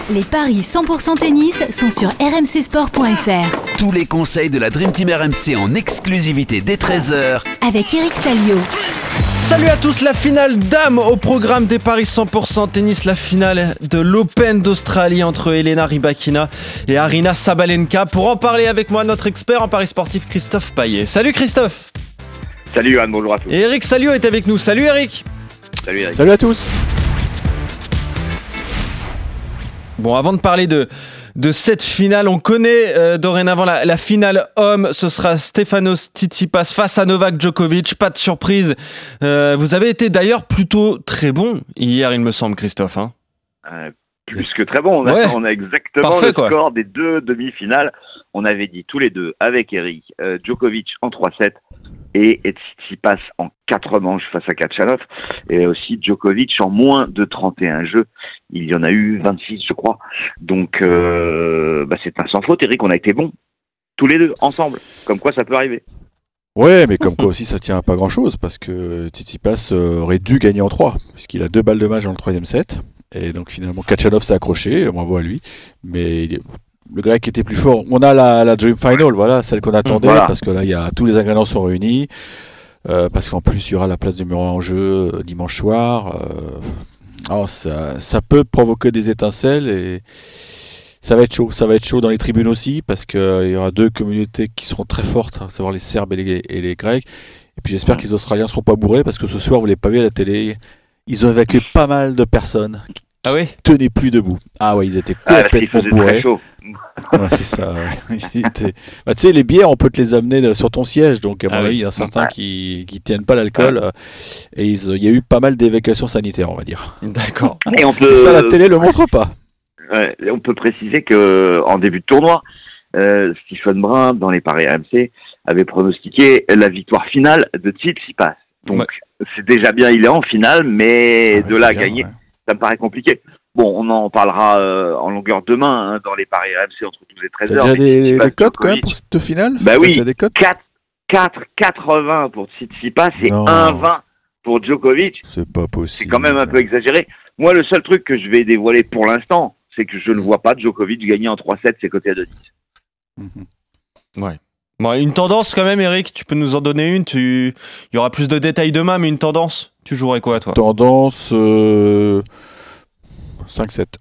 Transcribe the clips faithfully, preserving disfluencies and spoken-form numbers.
Les paris cent pour cent tennis sont sur r m c sport point f r. Tous les conseils de la Dream Team R M C en exclusivité dès treize heures avec Eric Salio. Salut à tous, la finale dames au programme des paris cent pour cent tennis, la finale de l'Open d'Australie entre Elena Rybakina et Aryna Sabalenka. Pour en parler avec moi, notre expert en paris sportif Christophe Payet. Salut Christophe. Salut Johan, bonjour à tous. Et Eric Salio est avec nous. Salut Eric. Salut Eric. Salut à tous. Bon, avant de parler de, de cette finale, on connaît euh, dorénavant la, la finale homme. Ce sera Stefanos Tsitsipas face à Novak Djokovic. Pas de surprise. Euh, vous avez été d'ailleurs plutôt très bon hier, il me semble, Christophe. Hein euh, plus que très bon. On a, ouais. on a exactement Parfait, le quoi. score des deux demi-finales. On avait dit tous les deux avec Eric, euh, Djokovic en trois sept et Tsitsipas en quatre manches face à Khachanov, et aussi Djokovic en moins de trente et un jeux. Il y en a eu vingt-six, je crois. Donc, euh, bah c'est un sans faute, Eric. On a été bons tous les deux ensemble. Comme quoi, ça peut arriver. Ouais, mais comme quoi aussi, ça tient à pas grand-chose, parce que Tsitsipas aurait dû gagner en trois, puisqu'il a deux balles de match dans le troisième set, et donc finalement Khachanov s'est accroché, bravo à lui, mais il est... le grec était plus fort. On a la, la Dream Final, voilà, celle qu'on attendait, voilà. Parce que là, il y a tous les ingrédients sont réunis, euh, parce qu'en plus, il y aura la place numéro un en jeu euh, dimanche soir. Euh, alors ça, ça peut provoquer des étincelles et ça va être chaud. Ça va être chaud dans les tribunes aussi, parce qu'il euh, y aura deux communautés qui seront très fortes, à savoir les Serbes et les, et les Grecs. Et puis j'espère que les Australiens ne seront pas bourrés, parce que ce soir, vous ne l'avez pas vu à la télé, ils ont évacué pas mal de personnes. Ah oui, tenaient plus debout. Ah ouais, ils étaient complètement ah, bourrés. Ouais, c'est ça. Ouais. Étaient... Bah, tu sais, les bières, on peut te les amener sur ton siège, donc à mon ah avis, oui. il y en a certains qui qui tiennent pas l'alcool, ah. Et il y a eu pas mal d'évacuations sanitaires, on va dire. D'accord. Et on peut. Et ça, la télé le montre pas. Ouais, on peut préciser que en début de tournoi, euh, Stephen Brun, dans les paris R M C, avait pronostiqué la victoire finale de Tsitsipas. Donc ouais. C'est déjà bien, il est en finale, mais ah ouais, de là à gagner. Ouais. Ça me paraît compliqué. Bon, on en parlera euh, en longueur demain hein, dans les paris R M C entre douze et treize heures. T'as déjà des, des cotes quand même pour cette finale? Bah oui, des cotes quatre, quatre, quatre-vingts pour Tsitsipas et non. un vingt pour Djokovic. C'est pas possible. C'est quand même un peu exagéré. Moi, le seul truc que je vais dévoiler pour l'instant, c'est que je ne vois pas Djokovic gagner en trois sept, c'est côté à deux dix. Mm-hmm. Ouais. Bon, une tendance quand même, Eric, tu peux nous en donner une. Tu... Il y aura plus de détails demain, mais une tendance, tu jouerais quoi, toi? Tendance euh... cinq sept.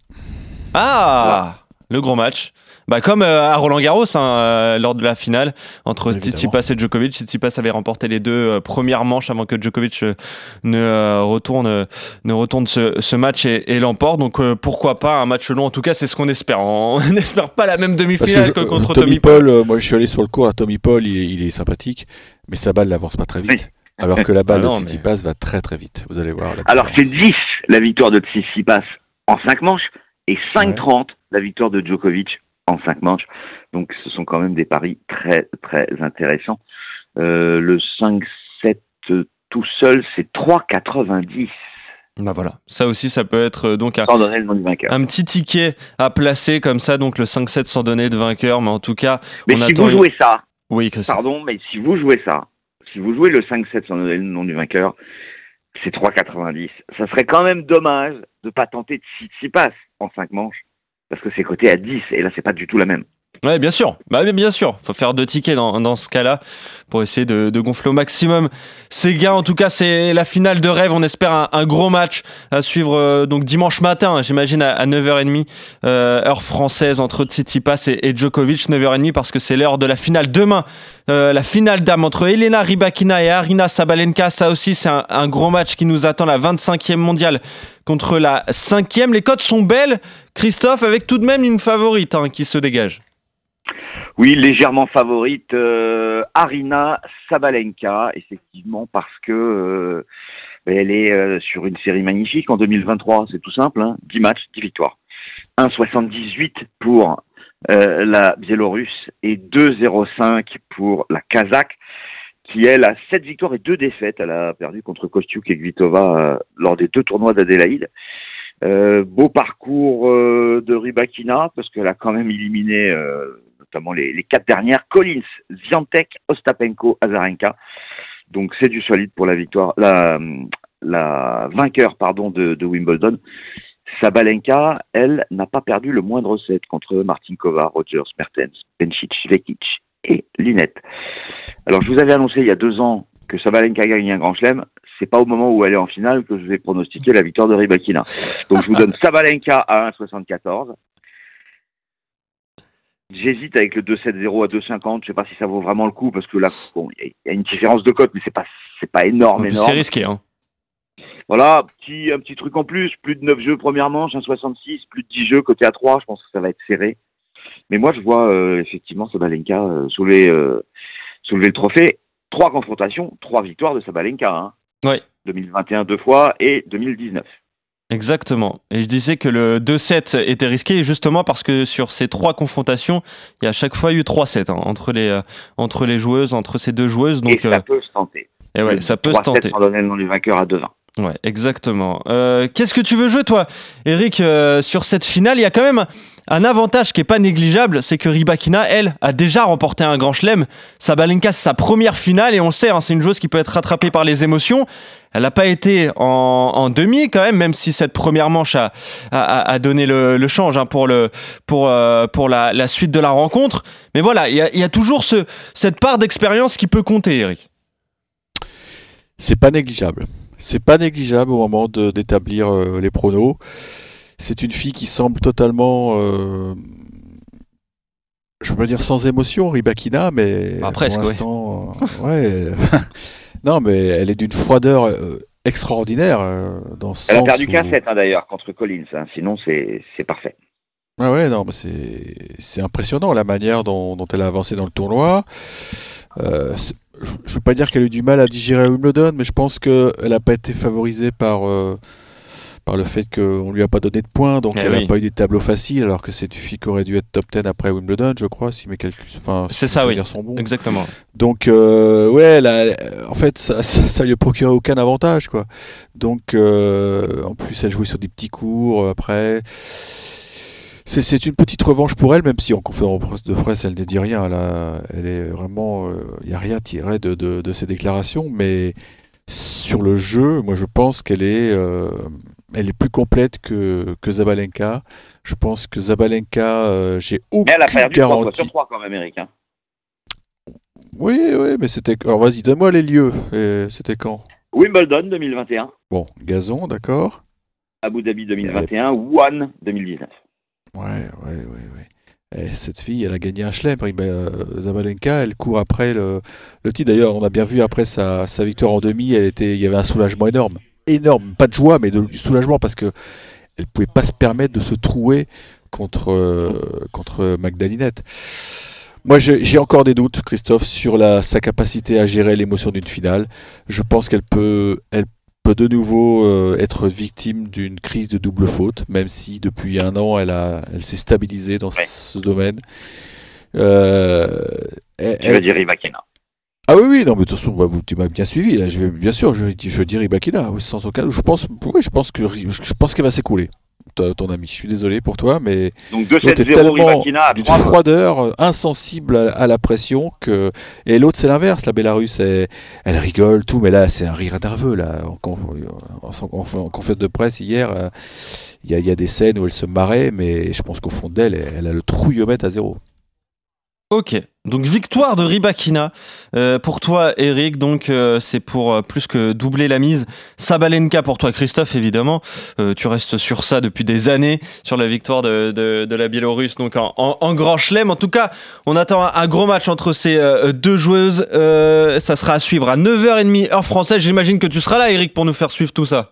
Ah, ouais. Le gros match. Bah, comme euh, à Roland-Garros, hein, euh, lors de la finale, entre Tsitsipas et Djokovic. Tsitsipas avait remporté les deux euh, premières manches avant que Djokovic euh, ne, euh, retourne, euh, ne retourne ce, ce match et, et l'emporte. Donc euh, pourquoi pas un match long. En tout cas, c'est ce qu'on espère. On n'espère pas la même demi-finale que, je, que contre Tommy, Tommy Paul. Paul euh, moi, je suis allé sur le court à Tommy Paul. Il est, il est sympathique, mais sa balle n'avance pas très vite. Oui. Alors que la balle ah non, de Tsitsipas mais... va très très vite. Vous allez voir. Alors c'est dix la victoire de Tsitsipas en cinq manches et cinq trente ouais. la victoire de Djokovic en cinq manches. Donc ce sont quand même des paris très très intéressants. Euh, le cinq sept tout seul, c'est trois quatre-vingt-dix. Bah voilà, ça aussi ça peut être donc un, sans donner le nom du vainqueur. Un petit ticket à placer comme ça, donc le cinq sept sans donner de vainqueur, mais en tout cas mais on si attend vous jouez ça, oui, pardon, mais si vous jouez ça, si vous jouez le cinq sept sans donner le nom du vainqueur, c'est trois quatre-vingt-dix. Ça serait quand même dommage de pas tenter de Tsitsipas en cinq manches, parce que c'est coté à dix, et là c'est pas du tout la même. Ouais, bien sûr. Bah, bien sûr. Faut faire deux tickets dans, dans ce cas-là pour essayer de, de gonfler au maximum ces gains. En tout cas, c'est la finale de rêve. On espère un, un gros match à suivre euh, donc dimanche matin, j'imagine à, à neuf heures trente, euh, heure française, entre Tsitsipas et, et Djokovic. neuf heures trente parce que c'est l'heure de la finale demain. Euh, la finale dame entre Elena Rybakina et Aryna Sabalenka. Ça aussi, c'est un, un gros match qui nous attend, la vingt-cinquième mondiale contre la cinquième. Les cotes sont belles, Christophe, avec tout de même une favorite hein, qui se dégage. Oui, légèrement favorite, euh, Aryna Sabalenka, effectivement, parce que euh, elle est euh, sur une série magnifique en deux mille vingt-trois, c'est tout simple, hein, dix matchs, dix victoires. un virgule soixante-dix-huit pour euh, la Biélorusse et deux virgule zéro cinq pour la Kazakh, qui elle a sept victoires et deux défaites. Elle a perdu contre Kostiuk et Kvitova euh, lors des deux tournois d'Adélaïde. Euh, beau parcours euh, de Rybakina, parce qu'elle a quand même éliminé... Euh, notamment les, les quatre dernières, Collins, Swiatek, Ostapenko, Azarenka. Donc c'est du solide pour la victoire, la, la vainqueur pardon de, de Wimbledon. Sabalenka, elle, n'a pas perdu le moindre set contre Martinkova, Rogers, Mertens, Bencic, Vekic et Linette. Alors, je vous avais annoncé il y a deux ans que Sabalenka gagne un grand chelem. C'est pas au moment où elle est en finale que je vais pronostiquer la victoire de Rybakina. Donc, je vous donne Sabalenka à un virgule soixante-quatorze. J'hésite avec le deux sept zéro à deux cinquante. Je sais pas si ça vaut vraiment le coup parce que là, bon, il y a une différence de cote, mais c'est pas, c'est pas énorme, énorme. C'est risqué, hein. Voilà, petit, un petit truc en plus, plus de neuf jeux première manche, un virgule soixante-six, plus de dix jeux côté à trois, je pense que ça va être serré. Mais moi, je vois euh, effectivement Sabalenka euh, soulever, euh, soulever le trophée. Trois confrontations, trois victoires de Sabalenka. Hein. Oui. deux mille vingt et un deux fois et deux mille dix-neuf. Exactement. Et je disais que le deux sept était risqué justement parce que sur ces trois confrontations, il y a à chaque fois eu trois sets hein, entre, les, euh, entre les joueuses, entre ces deux joueuses. Donc, et ça euh... peut se tenter. Et ouais, ça peut se tenter. trois sept donner le nom du vainqueur à deux vingt. Ouais, exactement. Euh, qu'est-ce que tu veux jouer, toi, Eric, euh, sur cette finale? Il y a quand même un avantage qui est pas négligeable, c'est que Rybakina, elle, a déjà remporté un grand chelem. Sabalenka, c'est sa première finale, et on le sait, hein, c'est une joueuse qui peut être rattrapée par les émotions. Elle n'a pas été en, en demi, quand même, même si cette première manche a, a, a donné le, le change hein, pour, le, pour, euh, pour la, la suite de la rencontre. Mais voilà, il y a, il y a toujours ce, cette part d'expérience qui peut compter, Eric. C'est pas négligeable. C'est pas négligeable au moment de, d'établir euh, les pronos. C'est une fille qui semble totalement, euh, je peux pas dire sans émotion, Rybakina, mais bah, presque, pour l'instant, ouais. ouais non, mais elle est d'une froideur euh, extraordinaire euh, dans ce Elle sens a perdu où... qu'un set hein, d'ailleurs contre Collins. Hein. Sinon, c'est c'est parfait. Ah ouais, non, mais c'est c'est impressionnant la manière dont, dont elle a avancé dans le tournoi. Euh, je ne veux pas dire qu'elle a eu du mal à digérer à Wimbledon, mais je pense qu'elle n'a pas été favorisée par, euh, par le fait qu'on ne lui a pas donné de points, donc eh elle n'a oui. pas eu des tableaux faciles, alors que c'est une fille qui aurait dû être top dix après Wimbledon, je crois, si mes calculs enfin, c'est si ça, oui, sont bons. Exactement. Donc, euh, ouais, elle a, en fait, ça, ça, ça lui a procuré aucun avantage, quoi. Donc, euh, en plus, elle jouait sur des petits cours, après... C'est, c'est une petite revanche pour elle, même si en conférence de presse, elle ne dit rien. Elle, a, elle est vraiment, il euh, n'y a rien tiré de, de, de ses déclarations, mais sur le jeu, moi je pense qu'elle est, euh, elle est plus complète que, que Sabalenka. Je pense que Sabalenka, euh, j'ai aucune mais elle a perdu garantie. trois fois sur trois quand même, Eric. Hein. Oui, oui, mais c'était. Alors vas-y, donne-moi les lieux. Et c'était quand? Wimbledon deux mille vingt et un. Bon, gazon, d'accord. Abu Dhabi deux mille vingt et un, Wuhan deux mille dix-neuf. Ouais, ouais, ouais, ouais. Et cette fille, elle a gagné un chelem. Euh, Sabalenka, elle court après le, le titre. D'ailleurs, on a bien vu après sa, sa victoire en demi, elle était, il y avait un soulagement énorme. Énorme, pas de joie, mais de, du soulagement parce que elle pouvait pas se permettre de se trouer contre, euh, contre Magdalinette. Moi, j'ai, j'ai encore des doutes, Christophe, sur la, sa capacité à gérer l'émotion d'une finale. Je pense qu'elle peut, elle peut de nouveau euh, être victime d'une crise de double faute, même si depuis un an, elle, a, elle s'est stabilisée dans ouais. ce domaine. Euh, elle, je veux dire Rybakina. Ah oui, oui, non, mais de toute façon, bah, vous, tu m'as bien suivi. Là, je vais, bien sûr, je, je dis Rybakina, oui, sans aucun. Je pense, oui, je pense que je pense qu'elle va s'écouler. Ton ami, je suis désolé pour toi, mais donc deux sept zéro Rybakina à d'une froideur insensible à, à la pression que et l'autre c'est l'inverse, la Bélarusse elle, elle rigole tout, mais là c'est un rire nerveux là. En, en, en, en conférence de presse hier, il y, y a des scènes où elle se marrait, mais je pense qu'au fond d'elle, elle, elle a le trouillomètre à zéro. Ok, donc victoire de Rybakina euh, pour toi Eric, donc euh, c'est pour euh, plus que doubler la mise. Sabalenka pour toi Christophe évidemment, euh, tu restes sur ça depuis des années, sur la victoire de, de, de la Biélorusse donc en, en, en grand chelem. En tout cas on attend un, un gros match entre ces euh, deux joueuses, euh, ça sera à suivre à neuf heures trente heure française. J'imagine que tu seras là Eric pour nous faire suivre tout ça.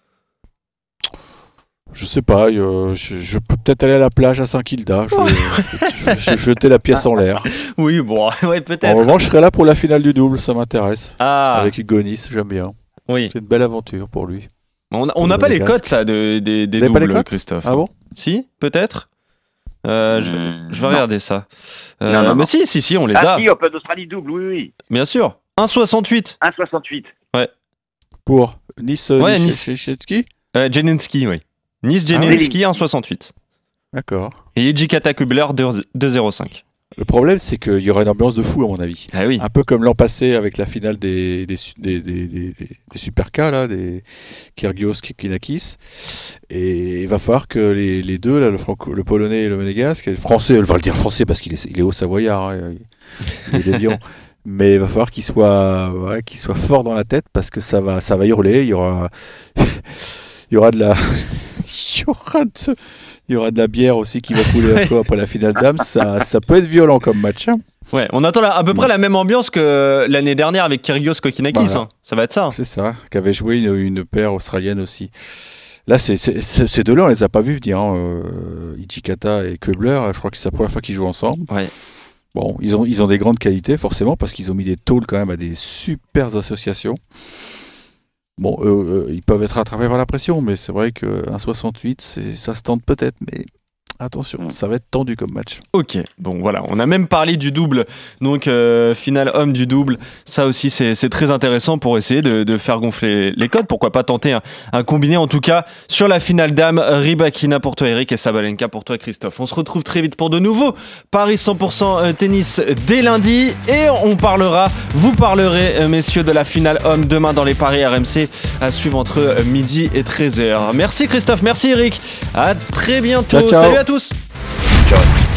Je sais pas, euh, je, je peux peut-être aller à la plage à Saint-Kilda, je, je, je, je jeter la pièce en l'air. Oui, bon, ouais, peut-être. En revanche, je serai là pour la finale du double, ça m'intéresse. Ah. Avec Hugo Nice, j'aime bien. Oui. C'est une belle aventure pour lui. On n'a pas les codes, ça, de, de, des doubles, pas les Christophe. Ah bon? Si, peut-être euh, je, mmh, je vais non. regarder ça. Euh, non, non, mais non. si, si, si, on les ah, a. Ah si, Open d'Australie double, oui, oui. Bien sûr. un virgule soixante-huit. un virgule soixante-huit. Ouais. Pour Nice, ouais, Nice, Nice. euh, Jeninski, oui. Nice Jeninski ah, oui. un virgule soixante-huit. D'accord. Et Ejikata Kubler deux virgule zéro cinq. Le problème, c'est qu'il y aura une ambiance de fou, à mon avis. Ah oui. Un peu comme l'an passé avec la finale des, des, des, des, des, des Super K, là, des Kyrgios Kinakis. Et il va falloir que les, les deux, là, le, franco, le polonais et le monégasque, le français, on va le dire français parce qu'il est, il est haut savoyard, hein, il est déviant. Mais il va falloir qu'il soit, ouais, qu'il soit fort dans la tête parce que ça va, ça va hurler. Il y aura, il y aura de la, il y aura de, il y aura de la bière aussi qui va couler à flot après la finale d'âme. Ça, ça peut être violent comme match. Hein. Ouais, on attend la, à peu près la même ambiance que l'année dernière avec Kyrgios Kokinakis. Voilà. Hein. Ça va être ça. C'est ça, qu'avait joué une, une paire australienne aussi. Là, c'est, c'est, c'est, ces deux-là, on les a pas vus venir. Hein. Euh, Ichikata et Keubler, je crois que c'est la première fois qu'ils jouent ensemble. Ouais. Bon, ils ont, ils ont des grandes qualités, forcément, parce qu'ils ont mis des tôles quand même à des super associations. Bon, euh, euh, ils peuvent être rattrapés par la pression, mais c'est vrai qu'un soixante-huit, c'est, ça se tente peut-être, mais attention, ça va être tendu comme match. Ok, bon voilà, on a même parlé du double, donc euh, finale homme du double, ça aussi c'est, c'est très intéressant pour essayer de, de faire gonfler les codes, pourquoi pas tenter un, un combiné en tout cas sur la finale dame, Rybakina pour toi Eric et Sabalenka pour toi Christophe. On se retrouve très vite pour de nouveaux Paris cent pour cent tennis dès lundi et on parlera, vous parlerez messieurs de la finale homme demain dans les paris R M C à suivre entre midi et treize heures. Merci Christophe, merci Eric, à très bientôt, ciao, ciao. Salut à tous. Ciao.